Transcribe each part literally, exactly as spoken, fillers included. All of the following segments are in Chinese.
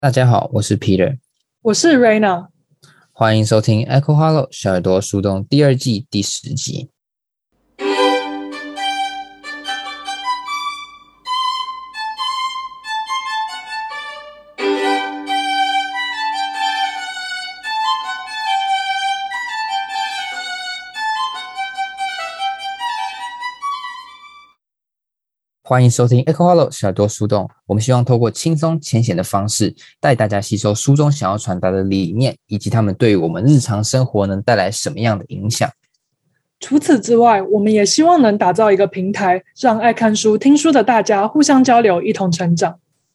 大家好，我是 Peter， 我是 Raina， 欢迎收听 Echo Hollow 小耳朵树洞第二季第十集。欢迎收听 Echo Hollow 小耳朵树洞，我们希望透过轻松浅显的方式，带大家吸收书中想要传达的理念，以及他们对于我们日常生活能带来什么样的影响。 除此之外，我们也希望能打造一个平台，让爱看书、听书的大家互相交流，一同成长。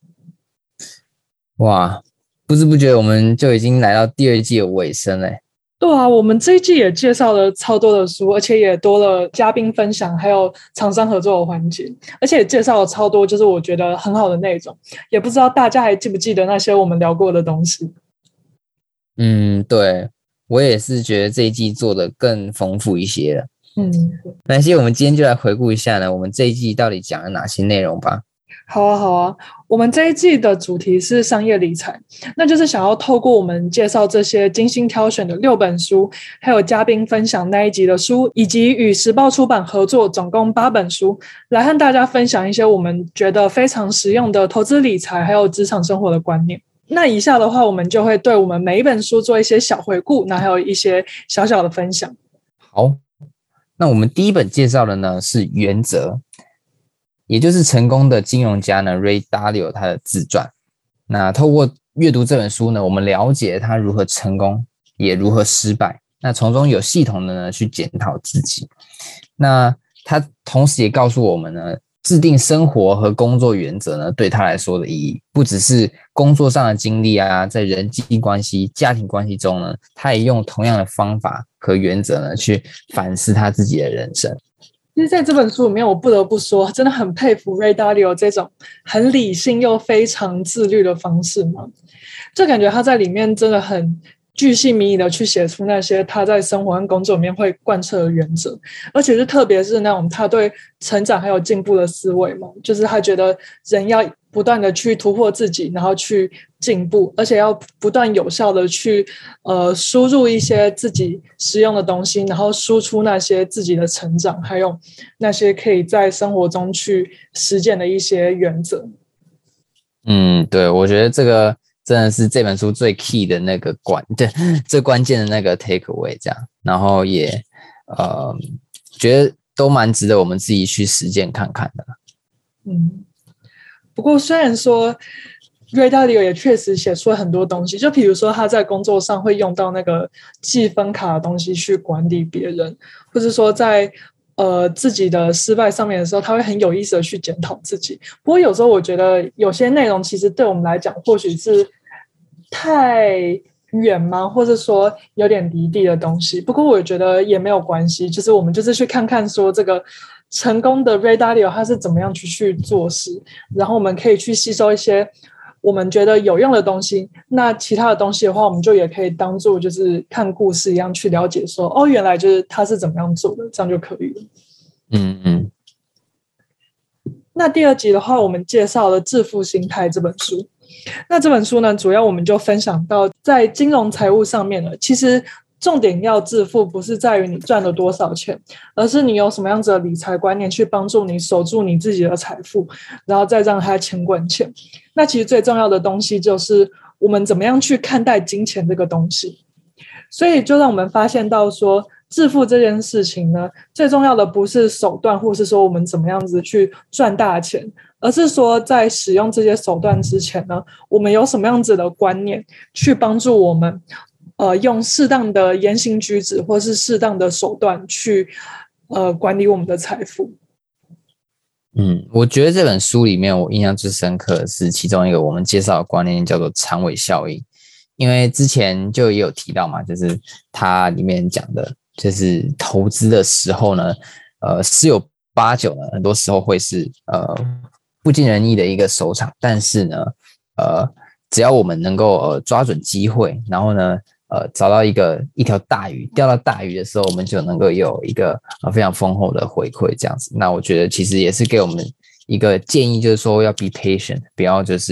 哇，不知不觉我们就已经来到第二季的尾声了。 对啊，我们这一季也介绍了超多的书，而且也多了嘉宾分享，还有厂商合作的环节，而且也介绍了超多就是我觉得很好的内容，也不知道大家还记不记得那些我们聊过的东西。 嗯，对，我也是觉得这一季做的更丰富一些了。 嗯， 那些我们今天就来回顾一下呢，我们这一季到底讲了哪些内容吧。 好啊好啊，我们这一季的主题是商业理财，那就是想要透过我们介绍这些精心挑选的六本书，还有嘉宾分享那一集的书，以及与时报出版合作总共八本书，来和大家分享一些我们觉得非常实用的投资理财还有职场生活的观念。那以下的话，我们就会对我们每一本书做一些小回顾，那还有一些小小的分享。 好，那我们第一本介绍的呢是《原则》，也就是成功的金融家呢 Ray Dalio 他的自传。那透过阅读这本书呢，我们了解他如何成功，也如何失败。那从中有系统的呢去检讨自己。那他同时也告诉我们呢，制定生活和工作原则呢，对他来说的意义，不只是工作上的经历啊，在人际关系、家庭关系中呢，他也用同样的方法和原则呢，去反思他自己的人生。 其实在这本书里面，我不得不说真的很佩服 Ray Dalio 这种很理性又非常自律的方式嘛，就感觉他在里面真的很巨细靡遗的去写出那些他在生活和工作里面会贯彻的原则，而且是特别是那种他对成长还有进步的思维嘛，就是他觉得人要不断的去突破自己，然后去进步，而且要不断有效的去呃输入一些自己实用的东西，然后输出那些自己的成长，还有那些可以在生活中去实践的一些原则。 嗯，对，我觉得这个真的是这本书最 key 的那个关，对，最关键的那个 take away 这样，然后也呃觉得都蛮值得我们自己去实践看看的。 嗯，不过虽然说 Ray Dalio 也确实写出了很多东西，就比如说他在工作上会用到那个记分卡的东西去管理别人，或者说在呃自己的失败上面的时候，他会很有意识的去检讨自己。不过有时候我觉得有些内容其实对我们来讲或许是太远吗，或者说有点离地的东西，不过我觉得也没有关系，就是我们就是去看看说这个成功的 Ray Dalio 他是怎么样去去做事，然后我们可以去吸收一些我们觉得有用的东西，那其他的东西的话我们就也可以当做就是看故事一样去了解说哦，原来就是他是怎么样做的，这样就可以了。 嗯嗯。 那第二集的话，我们介绍了《致富心态》这本书。那这本书呢，主要我们就分享到在金融财务上面了，其实重点要致富不是在于你赚了多少钱，而是你有什么样子的理财观念去帮助你守住你自己的财富，然后再让它钱滚钱。那其实最重要的东西就是我们怎么样去看待金钱这个东西。所以就让我们发现到说致富这件事情呢，最重要的不是手段，或是说我们怎么样子去赚大钱，而是说在使用这些手段之前呢，我们有什么样子的观念去帮助我们呃，用适当的言行举止或是适当的手段去呃管理我们的财富。 嗯，我觉得这本书里面我印象最深刻的是其中一个我们介绍的观念叫做长尾效应。因为之前就也有提到嘛，就是它里面讲的就是投资的时候呢，呃，十有八九呢，很多时候会是呃不尽人意的一个收场，但是呢，呃，只要我们能够呃抓准机会，然后呢，呃，找到一个一条大鱼，钓到大鱼的时候，我们就能够有一个呃非常丰厚的回馈，这样子。那我觉得其实也是给我们一个建议，就是说要 be patient， 不要就是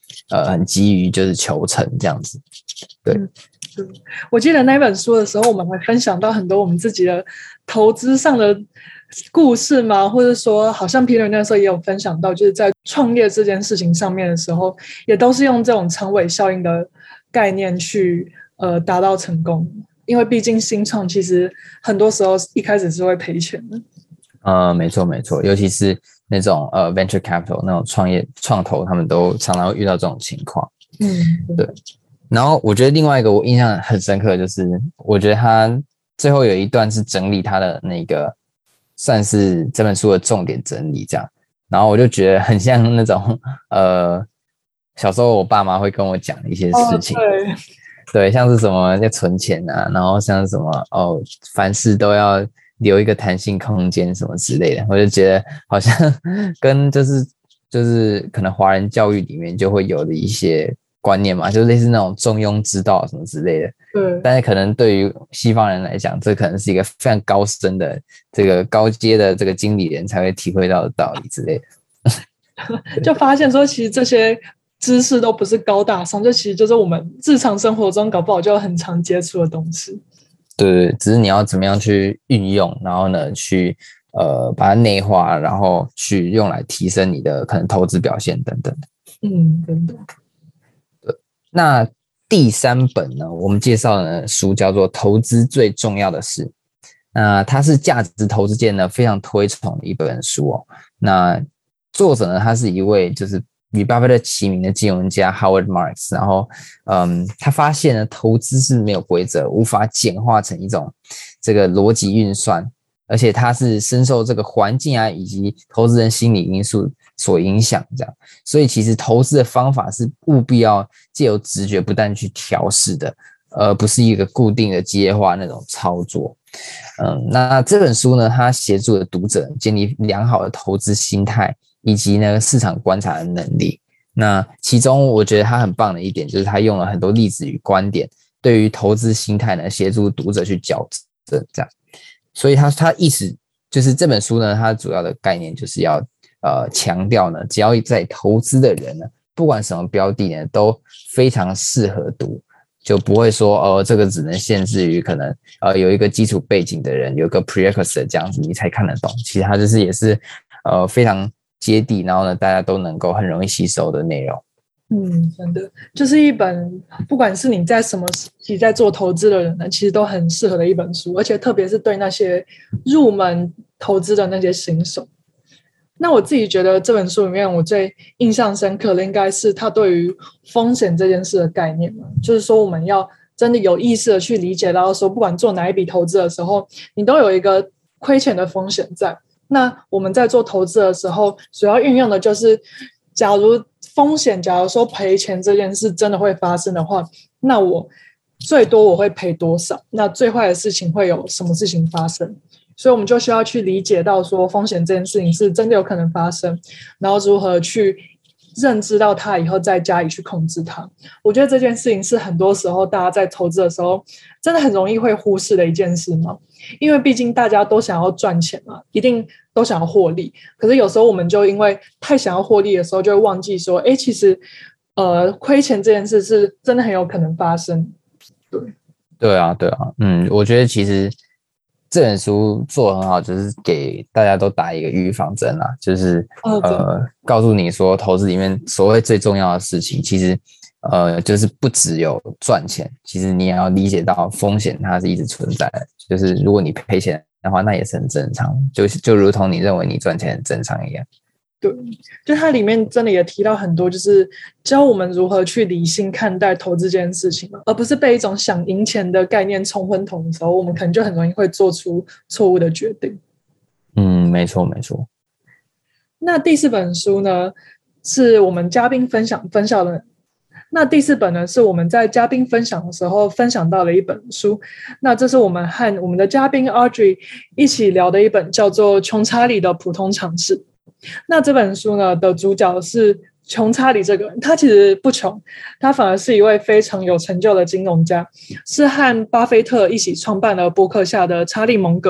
呃很急于就是求成这样子。对。 嗯，我记得那本书的时候，我们还分享到很多我们自己的投资上的故事嘛，或者说好像 Peter 那时候也有分享到，就是在创业这件事情上面的时候，也都是用这种长尾效应的概念去呃达到成功，因为毕竟新创其实很多时候一开始是会赔钱的。 呃，没错没错，尤其是那种呃 venture capital 那种创业创投，他们都常常会遇到这种情况。 嗯， 对。然后我觉得另外一个我印象很深刻的就是，我觉得他最后有一段是整理他的那个算是这本书的重点整理这样，然后我就觉得很像那种呃小时候我爸妈会跟我讲的一些事情。 哦，对对，像是什么要存钱啊，然后像是什么哦，凡事都要留一个弹性空间什么之类的，我就觉得好像跟就是就是可能华人教育里面就会有的一些观念嘛，就类似那种中庸之道什么之类的。 对， 但是可能对于西方人来讲，这可能是一个非常高深的这个高阶的这个经理人才会体会到的道理之类的。 就发现说其实这些知识都不是高大上，这其实就是我们日常生活中搞不好就很常接触的东西。 对对，只是你要怎么样去运用，然后呢去呃把它内化，然后去用来提升你的可能投资表现等等。 嗯，真的。 对，那第三本呢，我们介绍的书叫做《投资最重要的事》，那它是价值投资界呢非常推崇的一本书哦。那作者呢，他是一位就是与巴菲特齐名的金融家 Howard Marks， 然后嗯，他发现呢，投资是没有规则，无法简化成一种这个逻辑运算，而且它是深受这个环境啊以及投资人心理因素所影响，这样，所以其实投资的方法是务必要借由直觉不断去调试的，而不是一个固定的机械化那种操作。嗯，那这本书呢，它协助了读者建立良好的投资心态，以及呢市场观察的能力。那其中我觉得它很棒的一点就是它用了很多例子与观点，对于投资心态呢协助读者去矫正，这样。所以它它意思就是这本书呢，它主要的概念就是要呃强调呢，只要在投资的人呢，不管什么标的呢，都非常适合读。就不会说哦，这个只能限制于可能呃有一个基础背景的人，有个 prerequisite 这样子你才看得懂。其实它就是也是呃非常接地，然后呢大家都能够很容易吸收的内容。 嗯，真的就是一本不管是你在什么时期在做投资的人呢，其实都很适合的一本书，而且特别是对那些入门投资的那些新手。那我自己觉得这本书里面我最印象深刻的应该是他对于风险这件事的概念嘛，就是说我们要真的有意识的去理解到说，不管做哪一笔投资的时候，你都有一个亏钱的风险在。那我们在做投资的时候，主要运用的就是假如风险假如说赔钱这件事真的会发生的话，那我最多我会赔多少，那最坏的事情会有什么事情发生。所以我们就需要去理解到说风险这件事情是真的有可能发生，然后如何去认知到它以后再加以去控制它。我觉得这件事情是很多时候大家在投资的时候真的很容易会忽视的一件事嘛，因为毕竟大家都想要赚钱嘛，一定都想要获利，可是有时候我们就因为太想要获利的时候就会忘记说，哎，其实呃亏钱这件事是真的很有可能发生。对对啊对啊，嗯，我觉得其实这本书做得很好，就是给大家都打一个预防针啦，就是、 哦、 呃告诉你说投资里面所谓最重要的事情，其实呃就是不只有赚钱，其实你也要理解到风险它是一直存在的，就是如果你赔钱的话，那也是很正常，就就如同你认为你赚钱很正常一样。 对，就它里面真的也提到很多，就是教我们如何去理性看待投资这件事情，而不是被一种想赢钱的概念冲昏头的时候，我们可能就很容易会做出错误的决定。 嗯，没错没错。 那第四本书呢，是我们嘉宾分享分享的。那第四本呢，是我们在嘉宾分享的时候分享到的一本书。那这是我们和我们的嘉宾 Audrey 一起聊的一本叫做《穷查理的普通常识》。那这本书呢的主角是穷查理这个人，他其实不穷，他反而是一位非常有成就的金融家，是和巴菲特一起创办了伯克夏的查理蒙格。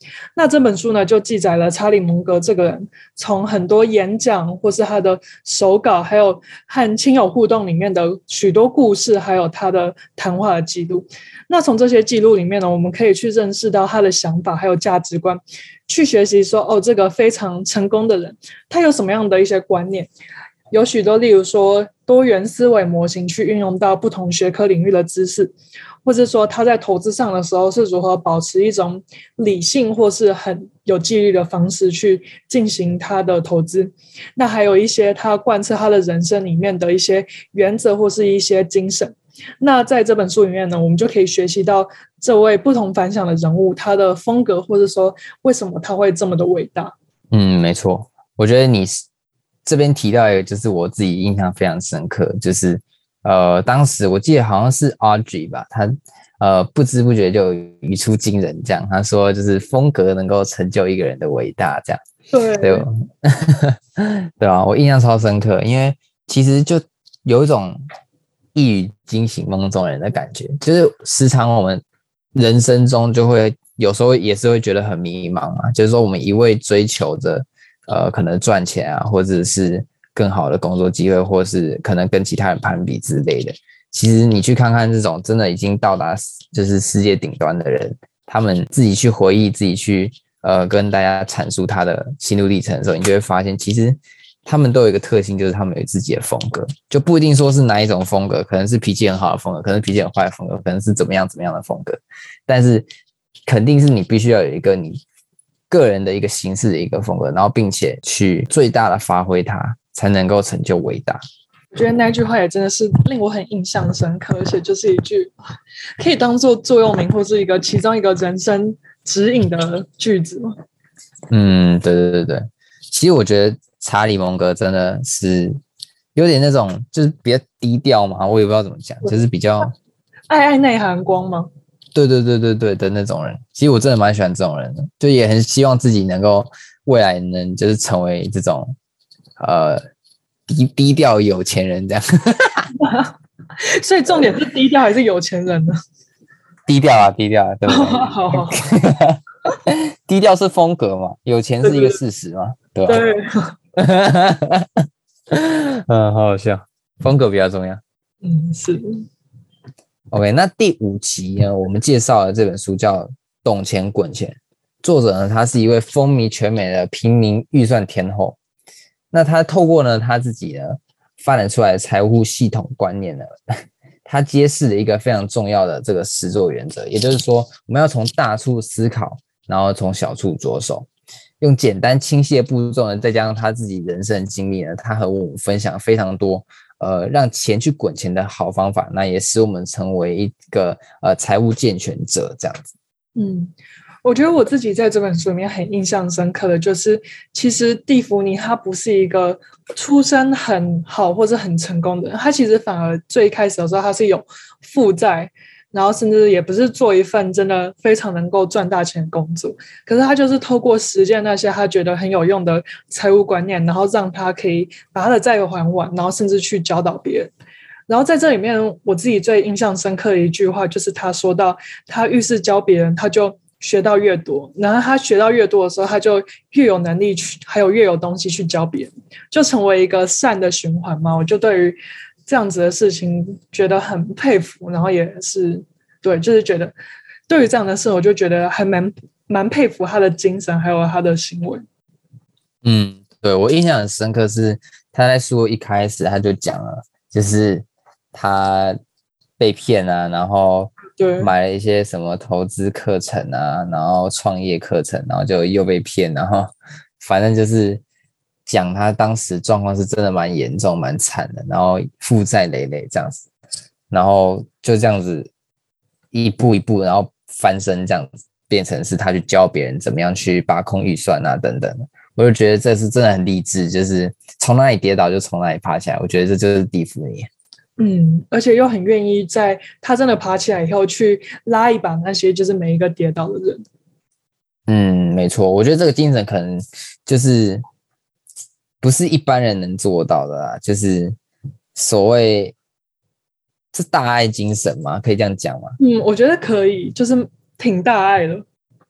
那这本书呢，就记载了查理蒙格这个人从很多演讲或是他的手稿，还有和亲友互动里面的许多故事，还有他的谈话的记录。那从这些记录里面呢，我们可以去认识到他的想法还有价值观，去学习说哦，这个非常成功的人他有什么样的一些观念。有许多例如说多元思维模型去运用到不同学科领域的知识，或者说他在投资上的时候是如何保持一种理性或是很有纪律的方式去进行他的投资。那还有一些他贯彻他的人生里面的一些原则或是一些精神。那在这本书里面呢，我们就可以学习到这位不同凡响的人物他的风格，或者说为什么他会这么的伟大。 嗯，没错，我觉得你这边提到一个就是我自己印象非常深刻，就是呃，当时我记得好像是 Audrey 吧，他呃不知不觉就语出惊人，这样他说就是风格能够成就一个人的伟大，这样。 对对对啊，我印象超深刻，因为其实就有一种一语惊醒梦中人的感觉，就是时常我们人生中就会有时候也是会觉得很迷茫嘛，就是说我们一味追求着呃可能赚钱啊，或者是更好的工作机会，或是可能跟其他人攀比之类的。其实你去看看这种真的已经到达就是世界顶端的人，他们自己去回忆，自己去呃跟大家阐述他的心路历程的时候，你就会发现其实他们都有一个特性，就是他们有自己的风格，就不一定说是哪一种风格，可能是脾气很好的风格，可能是脾气很坏的风格，可能是怎么样怎么样的风格，但是肯定是你必须要有一个你个人的一个形式的一个风格，然后并且去最大的发挥它，才能够成就伟大。 我觉得那句话也真的是令我很印象深刻，而且就是一句可以当做座右铭或是一个其中一个人生指引的句子。 嗯，对对对对，其实我觉得查理蒙格真的是有点那种就是比较低调嘛，我也不知道怎么讲，就是比较爱爱内涵光吗？ 对对对对对的那种人。其实我真的蛮喜欢这种人的，就也很希望自己能够未来能就是成为这种呃低低调有钱人这样。 所以重点是低调还是有钱人呢？ 低调啊，低调啊，对不对？ 好好好低调是风格嘛，有钱是一个事实嘛，对吧？ 对， 嗯，好好笑，风格比较重要。 嗯，是。 OK， 那第五集呢，我们介绍的这本书叫《懂钱滚钱》，作者呢，他是一位风靡全美的平民预算天后。那他透过呢他自己呢发展出来的财务系统观念呢，他揭示了一个非常重要的这个实作原则，也就是说，我们要从大处思考，然后从小处着手，用简单清晰的步骤呢，再加上他自己人生的经历呢，他和我们分享非常多呃让钱去滚钱的好方法，那也使我们成为一个呃财务健全者这样子。 嗯，我觉得我自己在这本书里面很印象深刻的就是，其实蒂芙尼他不是一个出身很好或者很成功的人，他其实反而最开始的时候他是有负债，然后甚至也不是做一份真的非常能够赚大钱的工作，可是他就是透过实践那些他觉得很有用的财务观念，然后让他可以把他的债还完，然后甚至去教导别人。然后在这里面我自己最印象深刻的一句话就是他说到他遇事教别人他就学到越多，然后他学到越多的时候他就越有能力去还有越有东西去教别人，就成为一个善的循环嘛。我就对于这样子的事情觉得很佩服，然后也是对，就是觉得对于这样的事我就觉得还蛮蛮佩服他的精神还有他的行为。 嗯，对，我印象很深刻是他在书一开始他就讲了，就是他被骗啊，然后买了一些什么投资课程啊，然后创业课程，然后就又被骗，然后反正就是讲他当时状况是真的蛮严重蛮惨的，然后负债累累这样子，然后就这样子一步一步然后翻身这样子，变成是他去教别人怎么样去把控预算啊等等的。我就觉得这是真的很励志，就是从哪里跌倒就从哪里爬起来，我觉得这就是蒂芙尼。 嗯，而且又很愿意在他真的爬起来以后去拉一把那些就是每一个跌倒的人。 嗯，没错，我觉得这个精神可能就是不是一般人能做到的啦，就是所谓是大爱精神嘛，可以这样讲吗？ 嗯，我觉得可以，就是挺大爱的。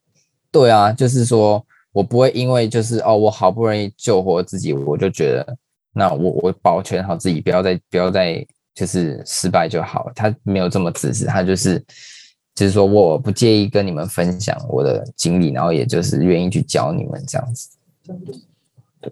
对啊，就是说我不会因为就是哦，我好不容易救活自己，我就觉得那我我保全好自己，不要再不要再就是失败就好了。他没有这么自私，他就是就是说我不介意跟你们分享我的经历，然后也就是愿意去教你们这样子。对。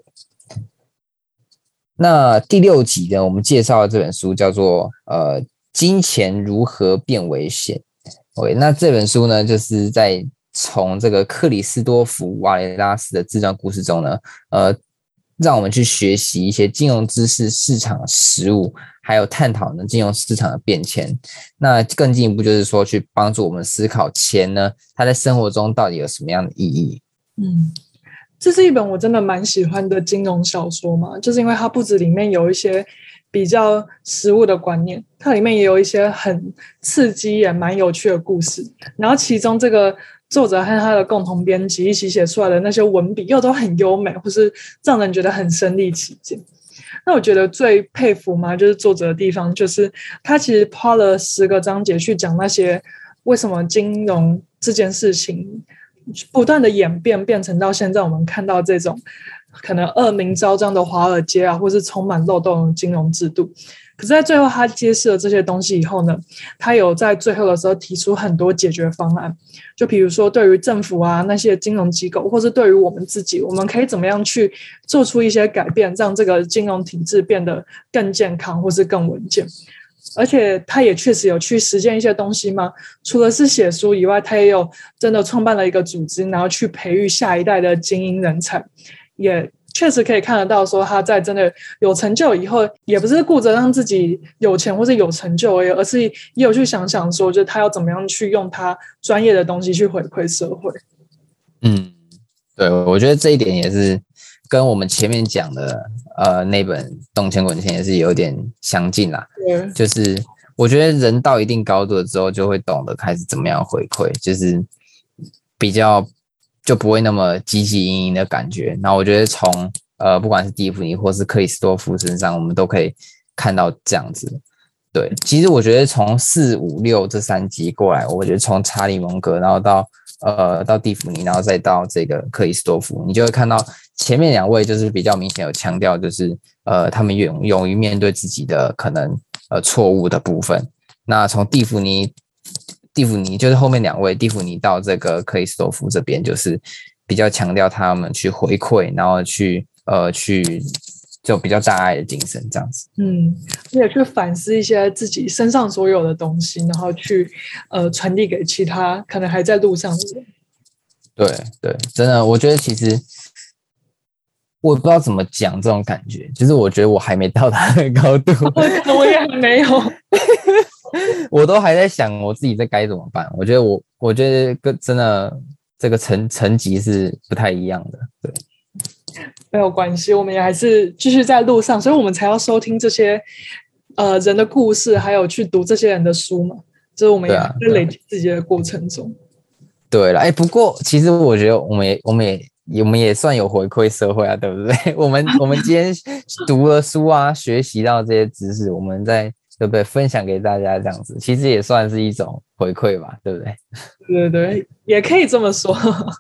那第六集呢，我们介绍的这本书叫做呃《金钱如何变危险》。OK， 那这本书呢，就是在从这个克里斯多福瓦雷拉斯的自传故事中呢，呃，让我们去学习一些金融知识、市场实务，还有探讨呢金融市场的变迁。那更进一步就是说，去帮助我们思考钱呢，它在生活中到底有什么样的意义。 嗯，这是一本我真的蛮喜欢的金融小说嘛，就是因为它不止里面有一些比较实务的观念，它里面也有一些很刺激也蛮有趣的故事，然后其中这个作者和他的共同编辑一起写出来的那些文笔又都很优美，或是让人觉得很身临其境。那我觉得最佩服嘛，就是作者的地方，就是他其实花了十个章节去讲那些为什么金融这件事情不断的演变，变成到现在我们看到这种可能恶名昭彰的华尔街啊，或是充满漏洞的金融制度。可是在最后他揭示了这些东西以后呢，他有在最后的时候提出很多解决方案，就比如说对于政府啊那些金融机构，或是对于我们自己，我们可以怎么样去做出一些改变，让这个金融体制变得更健康或是更稳健。而且他也确实有去实践一些东西嘛，除了是写书以外，他也有真的创办了一个组织，然后去培育下一代的精英人才，也确实可以看得到说他在真的有成就以后，也不是顾着让自己有钱或是有成就而已，而是也有去想想说，就是他要怎么样去用他专业的东西去回馈社会。 嗯，对，我觉得这一点也是跟我们前面讲的呃那本《动钱滚钱》也是有点相近啦。 对， 就是我觉得人到一定高度了之后，就会懂得开始怎么样回馈，就是比较就不会那么汲汲营营的感觉。然后我觉得从呃不管是蒂芙尼或是克里斯多夫身上，我们都可以看到这样子。对，其实我觉得从四五六这三集过来，我觉得从查理蒙格，然后到呃到蒂芙尼，然后再到这个克里斯多夫，你就会看到前面两位就是比较明显有强调，就是呃他们勇勇于面对自己的可能呃错误的部分。那从蒂芙尼蒂芙尼就是后面两位蒂芙尼到这个克里斯多夫这边，就是比较强调他们去回馈，然后去呃去就比较大爱的精神这样子。 嗯，也去反思一些自己身上所有的东西，然后去呃传递给其他可能还在路上的人。 对对，真的，我觉得其实我不知道怎么讲这种感觉，就是我觉得我还没到他的高度， 我也还没有， 我都还在想我自己这该怎么办。我觉得我，我觉得跟真的这个层层级是不太一样的，对。 没有关系，我们也还是继续在路上，所以我们才要收听这些呃人的故事，还有去读这些人的书嘛，就是我们也在累积自己的过程中。 对了，哎，不过其实我觉得我们也我们也我们也算有回馈社会啊，对不对？我们我们今天读了书啊，学习到这些知识，我们在对不对分享给大家这样子，其实也算是一种回馈吧，对不对？ 对对对，也可以这么说。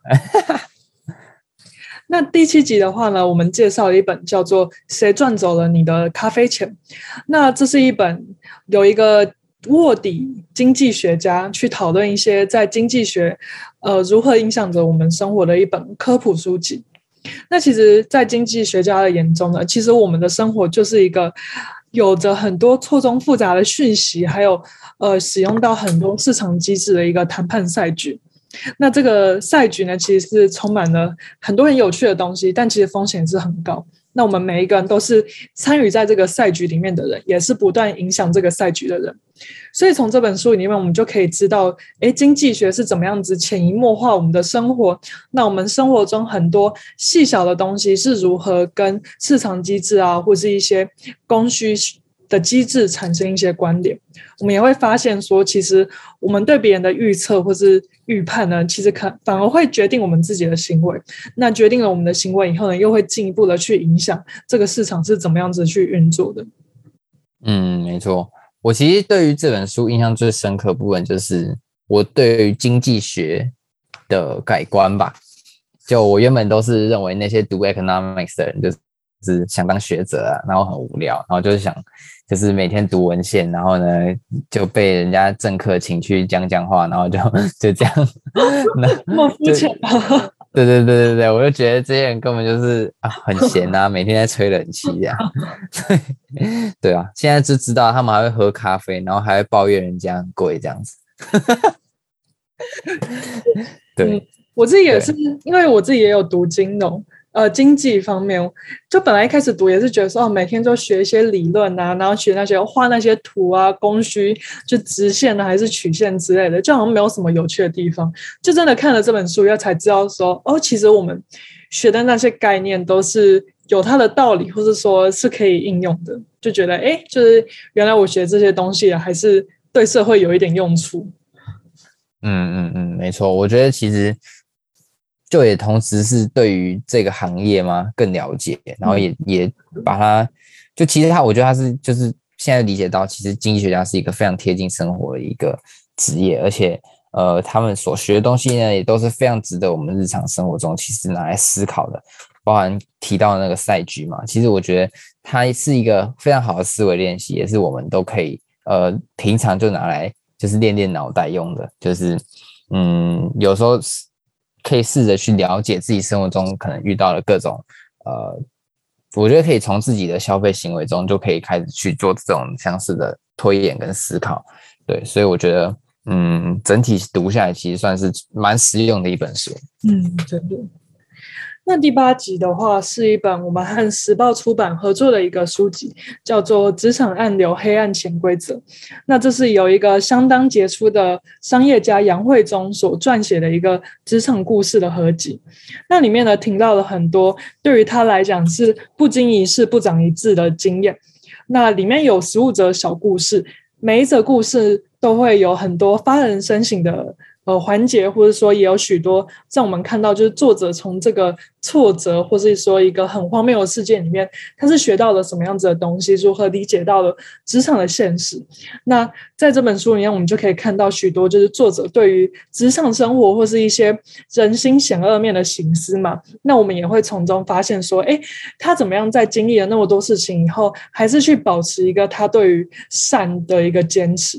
那第七集的话呢，我们介绍了一本叫做《谁赚走了你的咖啡钱》。那这是一本有一个卧底经济学家去讨论一些在经济学呃如何影响着我们生活的一本科普书籍。那其实在经济学家的眼中呢，其实我们的生活就是一个有着很多错综复杂的讯息，还有呃使用到很多市场机制的一个谈判赛局。那这个赛局呢，其实是充满了很多很有趣的东西，但其实风险是很高。那我们每一个人都是参与在这个赛局里面的人，也是不断影响这个赛局的人。所以从这本书里面，我们就可以知道，诶，经济学是怎么样子潜移默化我们的生活。那我们生活中很多细小的东西是如何跟市场机制啊，或是一些供需的机制产生一些关联。我们也会发现说，其实我们对别人的预测或是预判呢，其实反而会决定我们自己的行为。那决定了我们的行为以后呢，又会进一步的去影响这个市场是怎么样子去运作的。 嗯，没错。我其实对于这本书印象最深刻的部分，就是我对于经济学的改观吧。就我原本都是认为那些读 economics 的人就是想当学者啊，然后很无聊，然后就是想就是每天读文献，然后呢就被人家政客请去讲讲话，然后就就这样， 那么肤浅啊！ 对对对对对，我就觉得这些人根本就是啊很闲啊，每天在吹冷气这样。对啊，现在就知道他们还会喝咖啡，然后还会抱怨人家很贵这样子。对、 嗯，我自己也是，因为我自己也有读金融。呃，经济方面，就本来一开始读也是觉得说，哦，每天都学一些理论啊，然后学那些画那些图啊，供需就直线啊，还是曲线之类的，就好像没有什么有趣的地方。就真的看了这本书以后才知道说，哦，其实我们学的那些概念都是有它的道理，或是说是可以应用的。就觉得，哎，就是原来我学这些东西还是对社会有一点用处。 嗯嗯嗯，没错，我觉得其实。就也同时是对于这个行业嘛更了解，然后也、嗯、也把它就其实他我觉得他是就是现在理解到，其实经济学家是一个非常贴近生活的一个职业，而且呃他们所学的东西呢也都是非常值得我们日常生活中其实拿来思考的，包含提到的那个赛局嘛，其实我觉得它是一个非常好的思维练习，也是我们都可以呃平常就拿来就是练练脑袋用的，就是嗯有时候。可以试着去了解自己生活中可能遇到的各种呃，我觉得可以从自己的消费行为中就可以开始去做这种相似的推演跟思考。对，所以我觉得嗯，整体读下来其实算是蛮实用的一本书。 嗯，真的。那第八集的话是一本我们和时报出版合作的一个书籍，叫做《职场暗流：黑暗潜规则》。那这是由一个相当杰出的商业家杨惠忠所撰写的一个职场故事的合集。那里面呢，听到了很多对于他来讲是不经一事不长一智的经验。那里面有十五则小故事，每一则故事都会有很多发人深省的呃环节，或者说也有许多让我们看到，就是作者从这个挫折，或是说一个很荒谬的事件里面，他是学到了什么样子的东西，如何理解到了职场的现实。那在这本书里面，我们就可以看到许多就是作者对于职场生活或是一些人心险恶面的省思嘛。那我们也会从中发现说，哎，他怎么样在经历了那么多事情以后，还是去保持一个他对于善的一个坚持。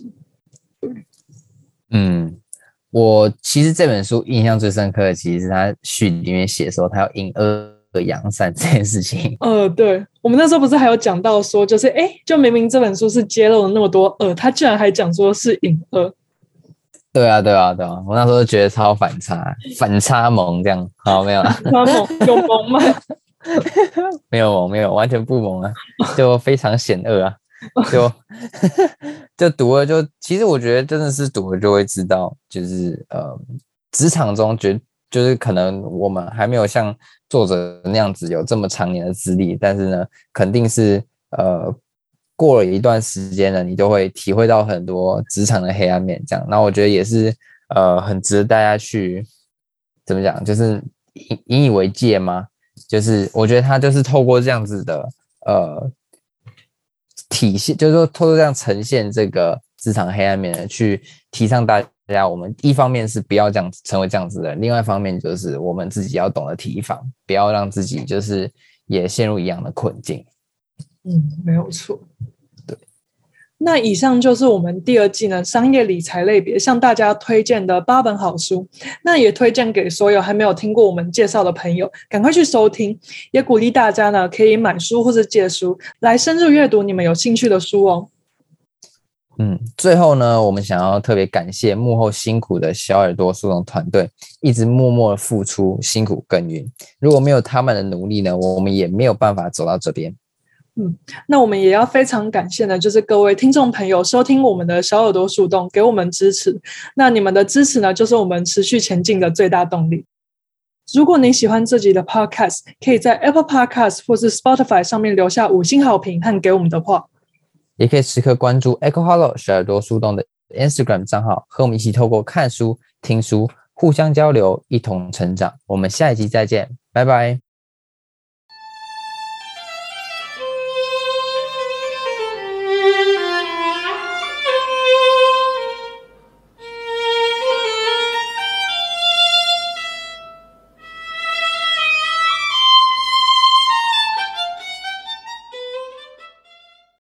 嗯。我其实这本书印象最深刻的，其实是他序里面写说他要隐恶扬善这件事情。 呃，对，我们那时候不是还有讲到说，就是哎，就明明这本书是揭露了那么多恶，他居然还讲说是隐恶。 对啊，对啊，对啊，我那时候觉得超反差，反差萌这样。好，没有啦， 反差萌有萌吗？ 没有萌，没有，完全不萌啊，就非常险恶啊。就就读了就，其实我觉得真的是读了就会知道，就是呃，职场中觉就是可能我们还没有像作者那样子有这么长年的资历，但是呢，肯定是呃过了一段时间了，你就会体会到很多职场的黑暗面，这样。然后我觉得也是呃很值得大家去怎么讲，就是引引以为戒吗？就是我觉得他就是透过这样子的呃。体现就是说，透过这样呈现这个职场黑暗面的，去提倡大家，我们一方面是不要这样成为这样子的人，另外一方面就是我们自己要懂得提防，不要让自己就是也陷入一样的困境。 嗯，没有错。 对。 那以上就是我们第二季呢商业理财类别向大家推荐的八本好书，那也推荐给所有还没有听过我们介绍的朋友，赶快去收听，也鼓励大家呢可以买书或是借书来深入阅读你们有兴趣的书哦。 嗯，最后呢，我们想要特别感谢幕后辛苦的小耳朵速溶团队，一直默默的付出，辛苦耕耘。如果没有他们的努力呢，我们也没有办法走到这边。 嗯，那我们也要非常感谢呢，就是各位听众朋友收听我们的小耳朵树洞，给我们支持。那你们的支持呢，就是我们持续前进的最大动力。如果你喜欢这集的 Podcast， 可以在 Apple Podcast 或是 Spotify 上面留下五星好评和给我们的话， 也可以时刻关注 Echo Hollow 小耳朵树洞的 Instagram 账号，和我们一起透过看书、听书，互相交流，一同成长。我们下一集再见，拜拜。